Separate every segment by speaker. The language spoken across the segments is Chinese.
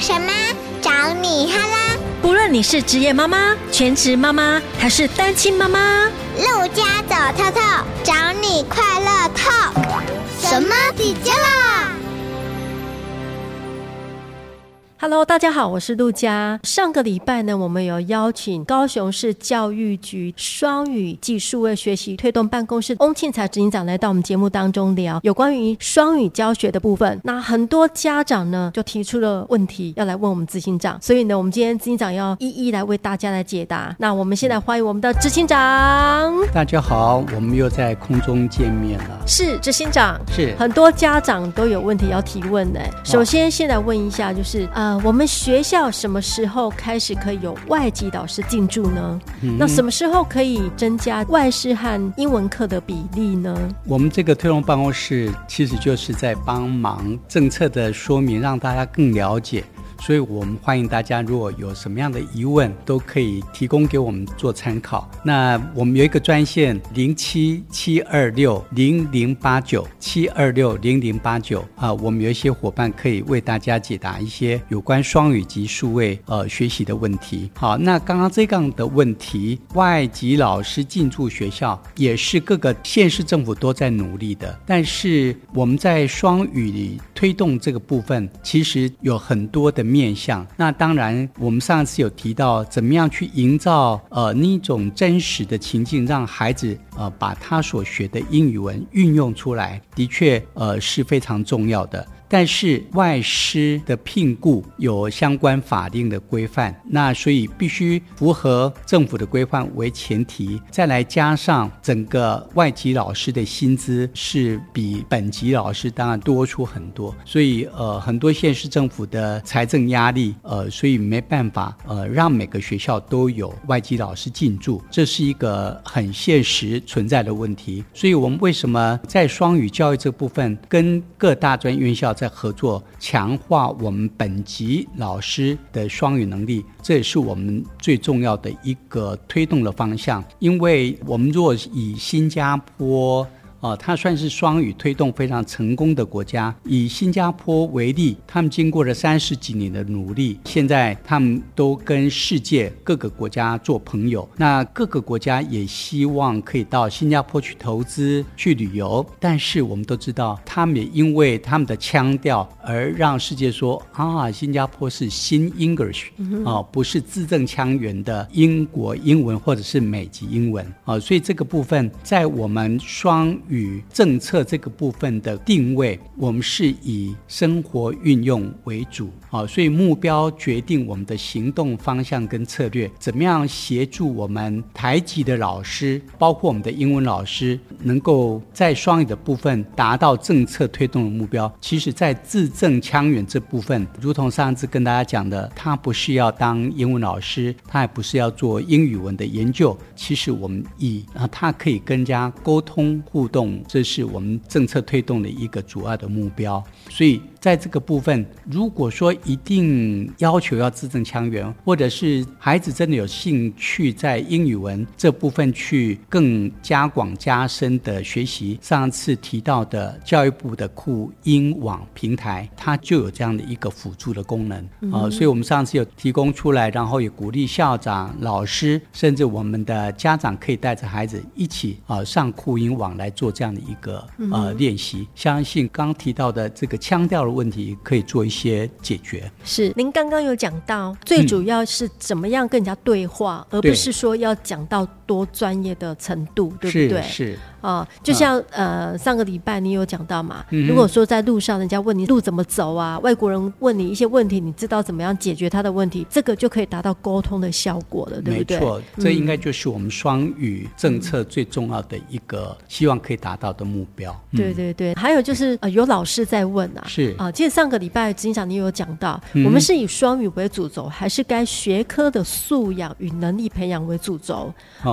Speaker 1: 什么？找你哈啦！
Speaker 2: 不论你是职业妈妈、全职妈妈还是单亲妈妈，
Speaker 1: 陆家走透透，找你快乐透。什么底加啦
Speaker 2: Hello， 大家好，我是陆佳。上个礼拜呢，我们有邀请高雄市教育局双语暨数位学习推动办公室翁庆才执行长来到我们节目当中聊有关于双语教学的部分。那很多家长呢就提出了问题要来问我们执行长，所以呢，我们今天执行长要一一来为大家来解答。那我们现在欢迎我们的执行长。
Speaker 3: 大家好，我们又在空中见面了。
Speaker 2: 是执行长，
Speaker 3: 是
Speaker 2: 很多家长都有问题要提问的。首先，先来问一下，就是我们学校什么时候开始可以有外籍老师进驻呢？那什么时候可以增加外师和英文课的比例呢？
Speaker 3: 我们这个推动办公室其实就是在帮忙政策的说明，让大家更了解。所以我们欢迎大家如果有什么样的疑问都可以提供给我们做参考。那我们有一个专线07-726-0089 我们有一些伙伴可以为大家解答一些有关双语及数位学习的问题。好，那刚刚这样的问题，外籍老师进驻学校也是各个县市政府都在努力的，但是我们在双语推动这个部分其实有很多的面向。那当然我们上次有提到怎么样去营造那种真实的情境，让孩子把他所学的英语文运用出来，的确是非常重要的。但是外师的聘雇有相关法令的规范，那所以必须符合政府的规范为前提，再来加上整个外籍老师的薪资是比本籍老师当然多出很多，所以很多县市政府的财政压力所以没办法让每个学校都有外籍老师进驻，这是一个很现实存在的问题。所以我们为什么在双语教育这部分跟各大专院校在合作，强化我们本级老师的双语能力，这也是我们最重要的一个推动的方向。因为我们若以新加坡它算是双语推动非常成功的国家。以新加坡为例，他们经过了30几年的努力，现在他们都跟世界各个国家做朋友，那各个国家也希望可以到新加坡去投资去旅游。但是我们都知道，他们也因为他们的腔调而让世界说新加坡是新 English，不是字正腔圆的英国英文或者是美籍英文。所以这个部分在我们双语政策这个部分的定位，我们是以生活运用为主。所以目标决定我们的行动方向跟策略，怎么样协助我们台籍的老师，包括我们的英文老师，能够在双语的部分达到政策推动的目标。其实在字正腔圆这部分，如同上次跟大家讲的，他不是要当英文老师，他也不是要做英语文的研究，其实我们以他可以跟人家沟通互动，这是我们政策推动的一个主要的目标。所以在这个部分，如果说一定要求要字正腔圆，或者是孩子真的有兴趣在英语文这部分去更加广加深的学习，上次提到的教育部的酷英网平台，它就有这样的一个辅助的功能。所以我们上次有提供出来，然后也鼓励校长、老师，甚至我们的家长可以带着孩子一起上酷英网来做这样的一个练习。相信刚提到的这个腔调的问题可以做一些解决。
Speaker 2: 是，您刚刚有讲到最主要是怎么样跟人家对话，而不是说要讲到多专业的程度，对不对？
Speaker 3: 是
Speaker 2: 就像上个礼拜你有讲到嘛，如果说在路上人家问你路怎么走啊，外国人问你一些问题，你知道怎么样解决他的问题，这个就可以达到沟通的效果了，对不对？
Speaker 3: 没错，这应该就是我们双语政策最重要的一个希望可以达到的目标。
Speaker 2: 对对对，还有就是有老师在问
Speaker 3: 是
Speaker 2: 记得上个礼拜执行长你有讲到，我们是以双语为主轴，还是该学科的素养与能力培养为主轴？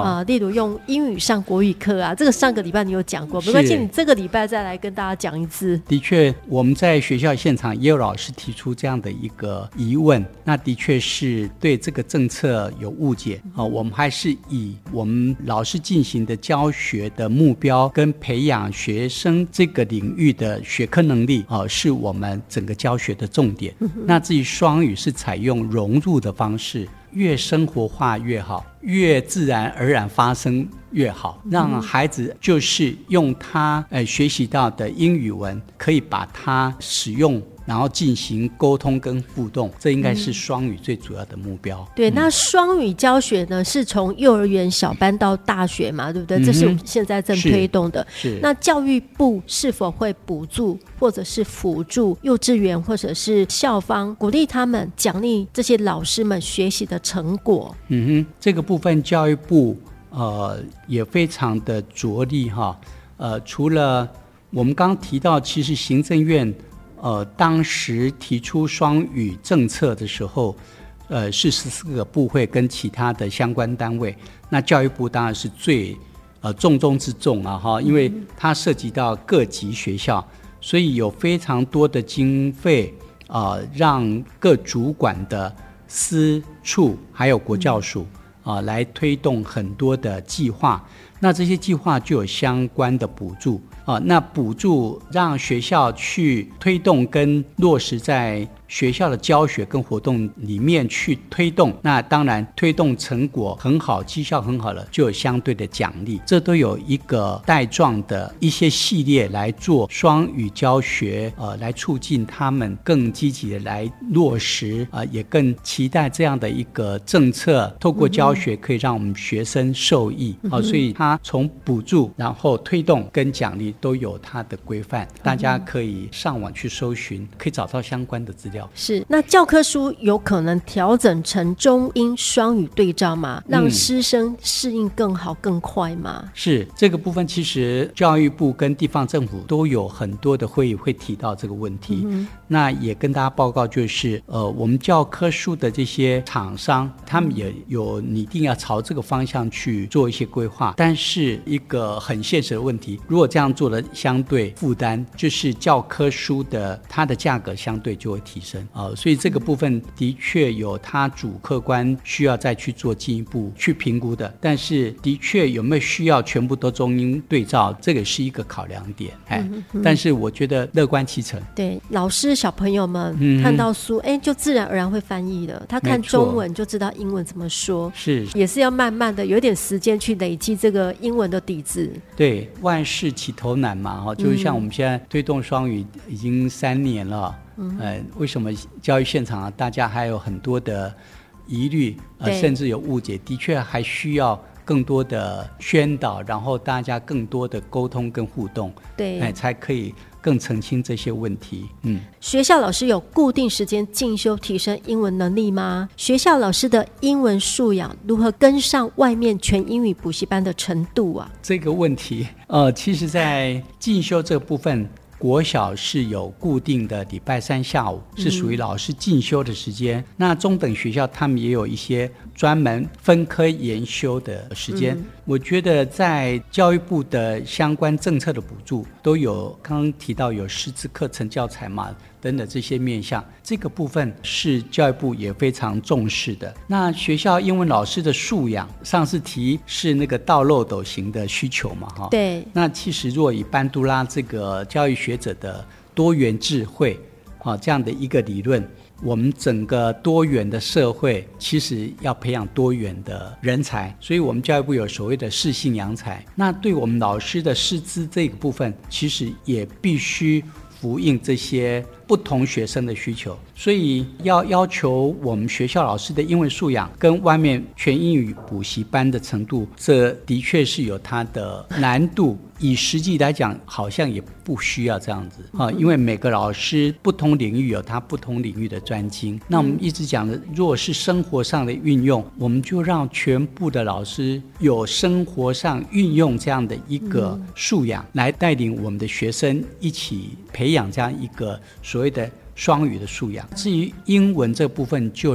Speaker 2: 例如用英语上国语课啊，这个上个礼拜你有讲过，没关系，你这个礼拜再来跟大家讲一次。
Speaker 3: 的确，我们在学校现场也有老师提出这样的一个疑问，那的确是对这个政策有误解我们还是以我们老师进行的教学的目标跟培养学生这个领域的学科能力是我们整个教学的重点。那至于双语是采用融入的方式，越生活化越好，越自然而然发生越好，让孩子就是用他学习到的英语文，可以把它使用，然后进行沟通跟互动，这应该是双语最主要的目标。
Speaker 2: 对，那双语教学呢，是从幼儿园小班到大学嘛，对不对？这是我们现在正推动的。
Speaker 3: 是。
Speaker 2: 那教育部是否会补助或者是辅助幼稚园或者是校方，鼓励他们奖励这些老师们学习的成果？
Speaker 3: 这个部分教育部也非常的着力除了我们刚提到，其实行政院当时提出双语政策的时候是14个部会跟其他的相关单位，那教育部当然是最重中之重因为它涉及到各级学校，所以有非常多的经费让各主管的司处还有国教署来推动很多的计划，那这些计划就有相关的补助那补助让学校去推动跟落实在学校的教学跟活动里面去推动，那当然推动成果很好，绩效很好了，就有相对的奖励，这都有一个带状的一些系列来做双语教学来促进他们更积极的来落实也更期待这样的一个政策透过教学可以让我们学生受益所以他从补助然后推动跟奖励都有它的规范，大家可以上网去搜寻，可以找到相关的资料。
Speaker 2: 是，那教科书有可能调整成中英双语对照吗？让师生适应更好更快吗？
Speaker 3: 是，这个部分其实教育部跟地方政府都有很多的会议会提到这个问题那也跟大家报告，就是我们教科书的这些厂商他们也有拟定要朝这个方向去做一些规划，但是一个很现实的问题，如果这样做的相对负担就是教科书的它的价格相对就会提升所以这个部分的确有它主客观需要再去做进一步去评估的，但是的确有没有需要全部都中英对照，这个是一个考量点但是我觉得乐观其成。
Speaker 2: 对，老师小朋友们看到书就自然而然会翻译了，他看中文就知道英文怎么说，
Speaker 3: 是
Speaker 2: 也是要慢慢的有点时间去累积这个英文的底子。
Speaker 3: 对，万事起头难嘛就是像我们现在推动双语已经3年了为什么教育现场大家还有很多的疑虑甚至有误解，的确还需要更多的宣导，然后大家更多的沟通跟互动，
Speaker 2: 对
Speaker 3: 才可以更澄清这些问题。
Speaker 2: 学校老师有固定时间进修提升英文能力吗？学校老师的英文素养如何跟上外面全英语补习班的程度啊？
Speaker 3: 这个问题其实在进修这部分国小是有固定的礼拜3下午是属于老师进修的时间那中等学校他们也有一些专门分科研修的时间我觉得在教育部的相关政策的补助都有刚刚提到有师资课程教材嘛等等这些面向，这个部分是教育部也非常重视的。那学校英文老师的素养上次提是那个倒漏斗型的需求嘛
Speaker 2: 对，
Speaker 3: 那其实若以班杜拉这个教育学者的多元智慧这样的一个理论，我们整个多元的社会其实要培养多元的人才，所以我们教育部有所谓的适性扬才，那对我们老师的师资这个部分其实也必须呼应这些不同学生的需求，所以要求我们学校老师的英文素养跟外面全英语补习班的程度，这的确是有它的难度，以实际来讲好像也不需要这样子因为每个老师不同领域有他不同领域的专精，那我们一直讲的如果是生活上的运用，我们就让全部的老师有生活上运用这样的一个素养来带领我们的学生一起培养这样一个所谓的双语的素养。至于英文这部分就让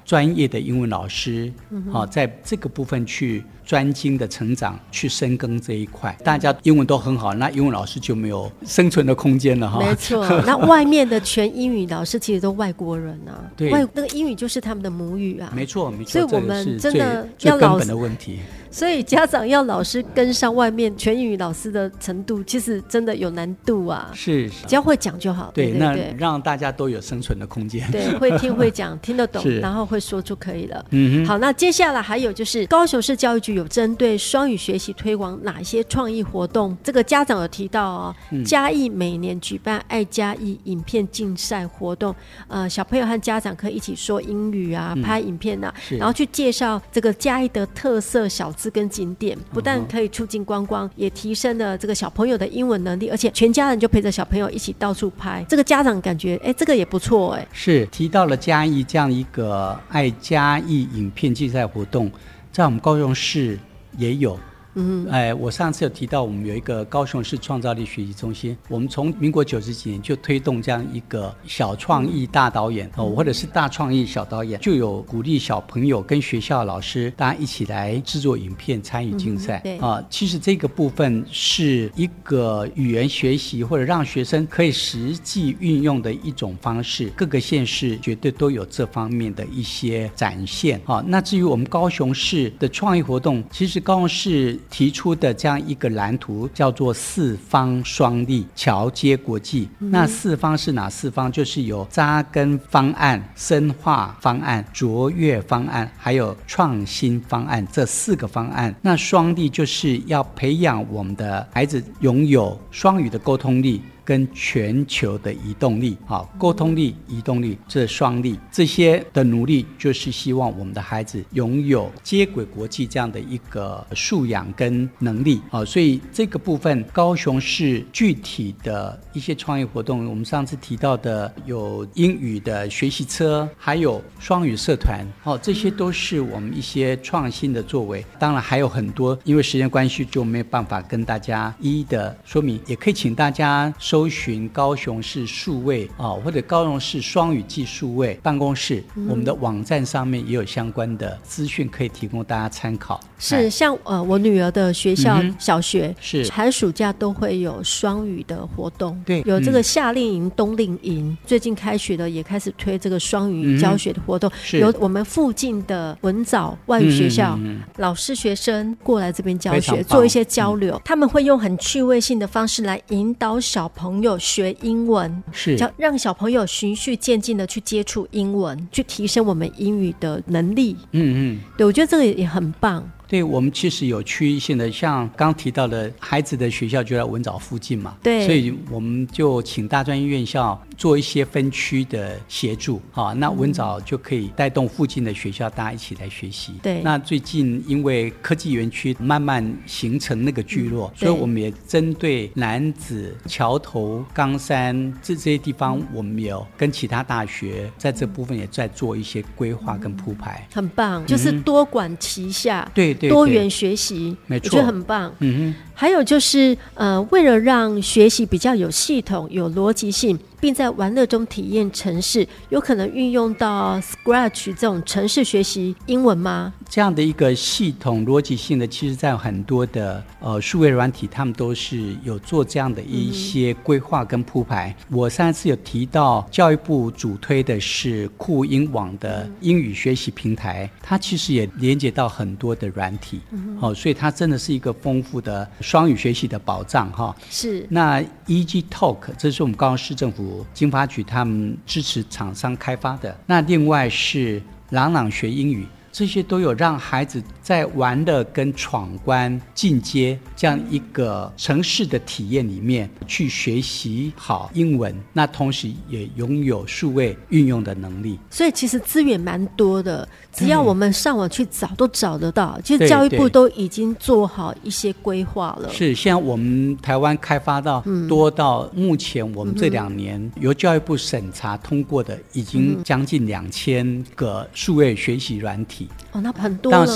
Speaker 3: 专业的英文老师，在这个部分去专精的成长，去深耕这一块。大家英文都很好，那英文老师就没有生存的空间了哈。
Speaker 2: 没错，那外面的全英语老师其实都外国人啊，
Speaker 3: 对，
Speaker 2: 那个英语就是他们的母语啊。
Speaker 3: 没错没错，
Speaker 2: 所以我们真的
Speaker 3: 要根本的问题。
Speaker 2: 所以家长要老师跟上外面全英语老师的程度，其实真的有难度啊。
Speaker 3: 是，
Speaker 2: 只要会讲就好。
Speaker 3: 对，那让大家都有生存的空间。
Speaker 2: 对，会听会讲，听得懂，然后会说就可以了。好，那接下来还有就是高雄市教育局有针对双语学习推广哪些创意活动？这个家长有提到哦，嘉义每年举办爱嘉义影片竞赛活动，小朋友和家长可以一起说英语啊，拍影片啊，然后去介绍这个嘉义的特色小吃跟景点，不但可以促进观光，也提升了这个小朋友的英文能力，而且全家人就陪着小朋友一起到处拍，这个家长感觉这个也不错
Speaker 3: 是提到了嘉义这样一个爱嘉义影片竞赛活动，在我们高雄市也有。我上次有提到我们有一个高雄市创造力学习中心，我们从民国90几年就推动这样一个小创意大导演或者是大创意小导演，就有鼓励小朋友跟学校老师大家一起来制作影片参与竞赛。其实这个部分是一个语言学习或者让学生可以实际运用的一种方式，各个县市绝对都有这方面的一些展现。那至于我们高雄市的创意活动，其实高雄市提出的这样一个蓝图叫做四方双立桥接国际。那四方是哪四方？就是有扎根方案、深化方案、卓越方案还有创新方案这4个方案。那双立就是要培养我们的孩子拥有双语的沟通力跟全球的移动力，沟通力、移动力，这双力，这些的努力就是希望我们的孩子拥有接轨国际这样的一个素养跟能力。所以这个部分高雄市具体的一些创意活动，我们上次提到的有英语的学习车，还有双语社团，这些都是我们一些创新的作为。当然还有很多，因为时间关系就没有办法跟大家一一的说明，也可以请大家搜寻高雄市数位或者高雄市双语技数位办公室，我们的网站上面也有相关的资讯可以提供大家参考。
Speaker 2: 是像我女儿的学校小学是寒暑假都会有双语的活动，对，有这个夏令营、冬令营，最近开学的也开始推这个双语教学的活动，有我们附近的文藻外语学校老师学生过来这边教学，做一些交流，他们会用很趣味性的方式来引导小朋友学英文，是让小朋友循序渐进的去接触英文，去提升我们英语的能力。对，我觉得这个也很棒。
Speaker 3: 对，我们其实有区域性的，像刚提到的孩子的学校就在文藻附近嘛，
Speaker 2: 对，
Speaker 3: 所以我们就请大专院校做一些分区的协助，那文藻就可以带动附近的学校大家一起来学习。对，那最近因为科技园区慢慢形成那个聚落，所以我们也针对楠梓、桥头、冈山这些地方，我们有跟其他大学在这部分也在做一些规划跟铺排，
Speaker 2: 很棒，就是多管齐下，对，多元学习，没错，我觉得很棒。还有就是为了让学习比较有系统、有逻辑性，并在玩乐中体验程式，有可能运用到 Scratch 这种程式学习英文吗？
Speaker 3: 这样的一个系统逻辑性的，其实在很多的数位软体，他们都是有做这样的一些规划跟铺排。我上次有提到教育部主推的是酷英网的英语学习平台，它其实也连接到很多的软体，所以它真的是一个丰富的双语学习的保障。是。那 EG Talk 这是我们高雄市政府经发局他们支持厂商开发的。那另外是朗朗学英语，这些都有让孩子在玩乐跟闯关进阶这样一个城市的体验里面去学习好英文，那同时也拥有数位运用的能力。
Speaker 2: 所以其实资源蛮多的，只要我们上网去找都找得到。其实教育部都已经做好一些规划了。
Speaker 3: 是，现在我们台湾开发到多到目前我们这2年由教育部审查通过的已经将近2000个数位学习软体。
Speaker 2: 那很多了，
Speaker 3: 当然是否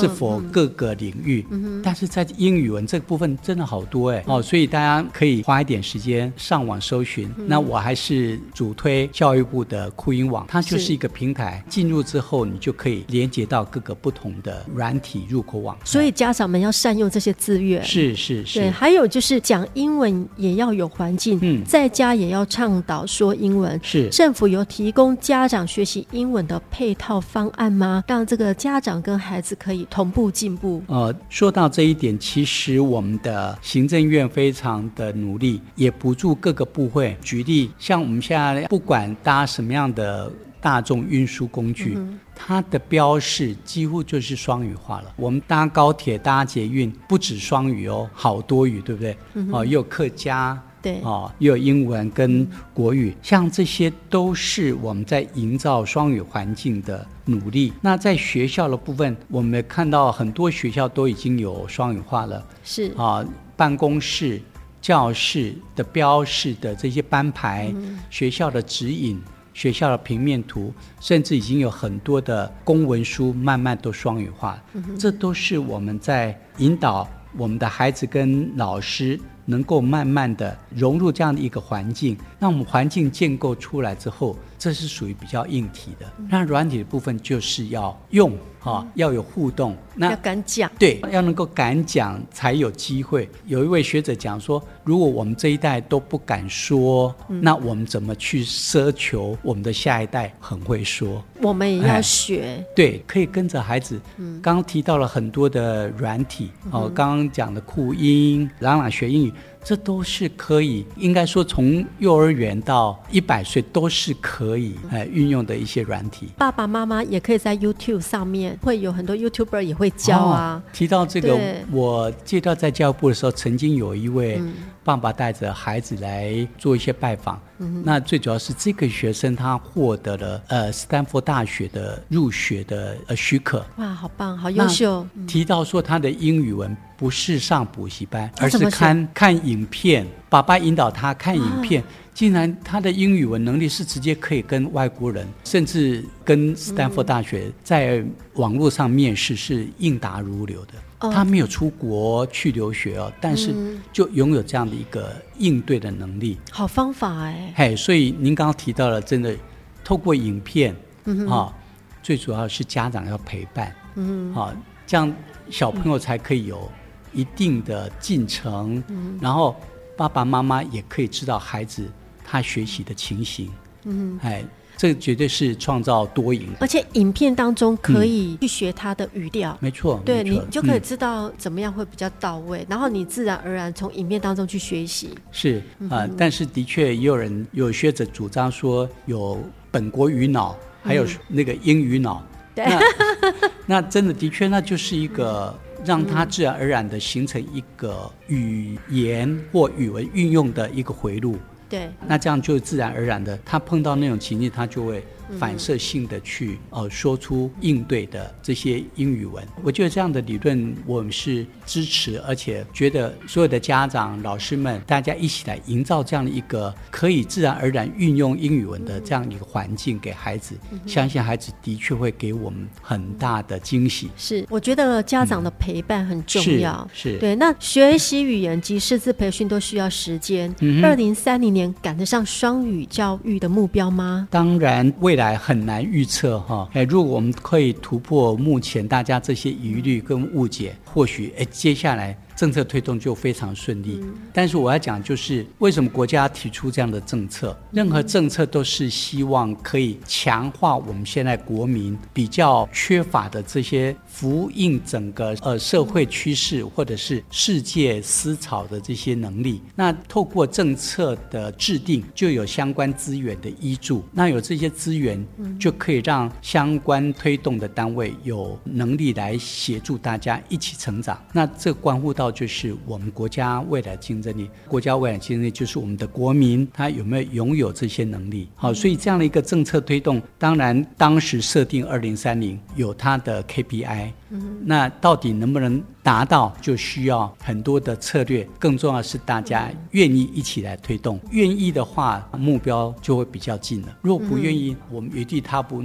Speaker 3: 各个领域，但是在英语文这个部分真的好多所以大家可以花一点时间上网搜寻。那我还是主推教育部的酷英网，它就是一个平台，进入之后你就可以连接到各个不同的软体入口网，
Speaker 2: 所以家长们要善用这些资源。
Speaker 3: 是
Speaker 2: 对，还有就是讲英文也要有环境，在家也要倡导说英文。
Speaker 3: 是
Speaker 2: 政府有提供家长学习英文的配套方案吗？让这个家长跟孩子可以同步进步。
Speaker 3: 说到这一点，其实我们的行政院非常的努力，也补助各个部会。举例，像我们现在不管搭什么样的大众运输工具，它的标示几乎就是双语化了。我们搭高铁搭捷运不止双语好多语，对不对？又有客家，
Speaker 2: 对
Speaker 3: 又有英文跟国语，像这些都是我们在营造双语环境的努力。那在学校的部分，我们看到很多学校都已经有双语化了，
Speaker 2: 是
Speaker 3: 办公室教室的标示的这些班牌，学校的指引，学校的平面图，甚至已经有很多的公文书慢慢都双语化，这都是我们在引导我们的孩子跟老师能够慢慢的融入这样的一个环境。那我们环境建构出来之后，这是属于比较硬体的，那软体的部分就是要用要有互动，那
Speaker 2: 要敢讲，
Speaker 3: 对，要能够敢讲才有机会。有一位学者讲说，如果我们这一代都不敢说，那我们怎么去奢求我们的下一代很会说？
Speaker 2: 我们也要学，
Speaker 3: 对，可以跟着孩子。刚刚提到了很多的软体，刚刚讲的酷英、朗朗学英语，这都是可以，应该说从幼儿园到100岁都是可以运用的一些软体。
Speaker 2: 爸爸妈妈也可以在 YouTube 上面，会有很多 YouTuber 也会教啊。
Speaker 3: 提到这个，我记得在教育部的时候，曾经有一位爸爸带着孩子来做一些拜访，那最主要是这个学生他获得了斯坦福大学的入学的许可。
Speaker 2: 哇，好棒，好优秀。
Speaker 3: 提到说他的英语文不是上补习班，而是看影片，爸爸引导他看影片，竟然他的英语文能力是直接可以跟外国人，甚至跟斯坦福大学在网络上面试是应答如流的。他没有出国去留学但是就拥有这样的一个应对的能力。
Speaker 2: 好方法
Speaker 3: 所以您刚刚提到了，真的透过影片最主要是家长要陪伴，这样小朋友才可以有一定的进程，然后爸爸妈妈也可以知道孩子他学习的情形，这绝对是创造多赢，
Speaker 2: 而且影片当中可以去学他的语调，
Speaker 3: 没错，
Speaker 2: 对，你就可以知道怎么样会比较到位，然后你自然而然从影片当中去学习。
Speaker 3: 是但是的确也有学者主张说，有本国语脑，还有那个英语脑，
Speaker 2: 对，
Speaker 3: 那真的确那就是一个让它自然而然的形成一个语言或语文运用的一个回路。
Speaker 2: 对，
Speaker 3: 那这样就自然而然的，他碰到那种情境，他就会反射性的去说出应对的这些英语文。我觉得这样的理论我们是支持，而且觉得所有的家长、老师们，大家一起来营造这样的一个可以自然而然运用英语文的这样一个环境给孩子，相信孩子的确会给我们很大的惊喜。
Speaker 2: 是，我觉得家长的陪伴很重要。
Speaker 3: 是，
Speaker 2: 对。那学习语言及识字培训都需要时间。2030年赶得上双语教育的目标吗？
Speaker 3: 当然，未来很难预测如果我们可以突破目前大家这些疑虑跟误解，或许接下来政策推动就非常顺利。但是我要讲就是为什么国家提出这样的政策，任何政策都是希望可以强化我们现在国民比较缺乏的这些符应整个社会趋势或者是世界思潮的这些能力。那透过政策的制定就有相关资源的依助，那有这些资源就可以让相关推动的单位有能力来协助大家一起成长。那这关乎到就是我们国家未来竞争力，国家未来竞争力就是我们的国民他有没有拥有这些能力。好，所以这样的一个政策推动，当然当时设定2030有它的 KPI，那到底能不能达到，就需要很多的策略，更重要的是大家愿意一起来推动。愿意的话，目标就会比较近了。如果不愿意，我们原地踏步，那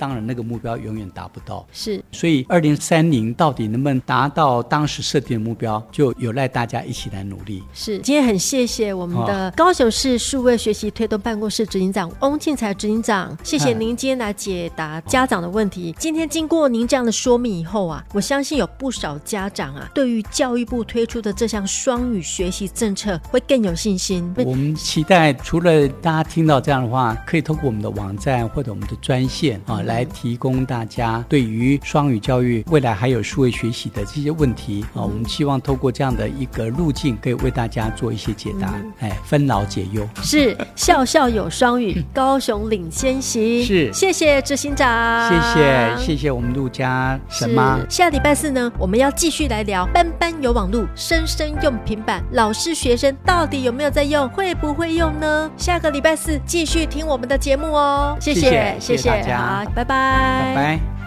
Speaker 3: 当然那个目标永远达不到。
Speaker 2: 是，
Speaker 3: 所以2030到底能不能达到当时设定的目标，就有赖大家一起来努力。
Speaker 2: 是，今天很谢谢我们的高雄市数位学习推动办公室执行长翁庆财执行长，谢谢您今天来解答家长的问题。今天经过您这样的说明以后啊，我相信有不少家长啊，对于教育部推出的这项双语学习政策会更有信心。
Speaker 3: 我们期待除了大家听到这样的话，可以透过我们的网站或者我们的专线来提供大家对于双语教育未来还有数位学习的这些问题我们希望透过这样的一个路径，可以为大家做一些解答，分劳解忧。
Speaker 2: 是，校校有双语，高雄领先行。
Speaker 3: 是，
Speaker 2: 谢谢执行长，
Speaker 3: 谢谢我们陆家神妈。
Speaker 2: 下礼拜四呢，我们要继续来聊班班有网路，生生用平板，老师学生到底有没有在用，会不会用呢？下个礼拜四继续听我们的节目哦。谢谢
Speaker 3: 大家，
Speaker 2: 好，拜拜，
Speaker 3: 拜拜。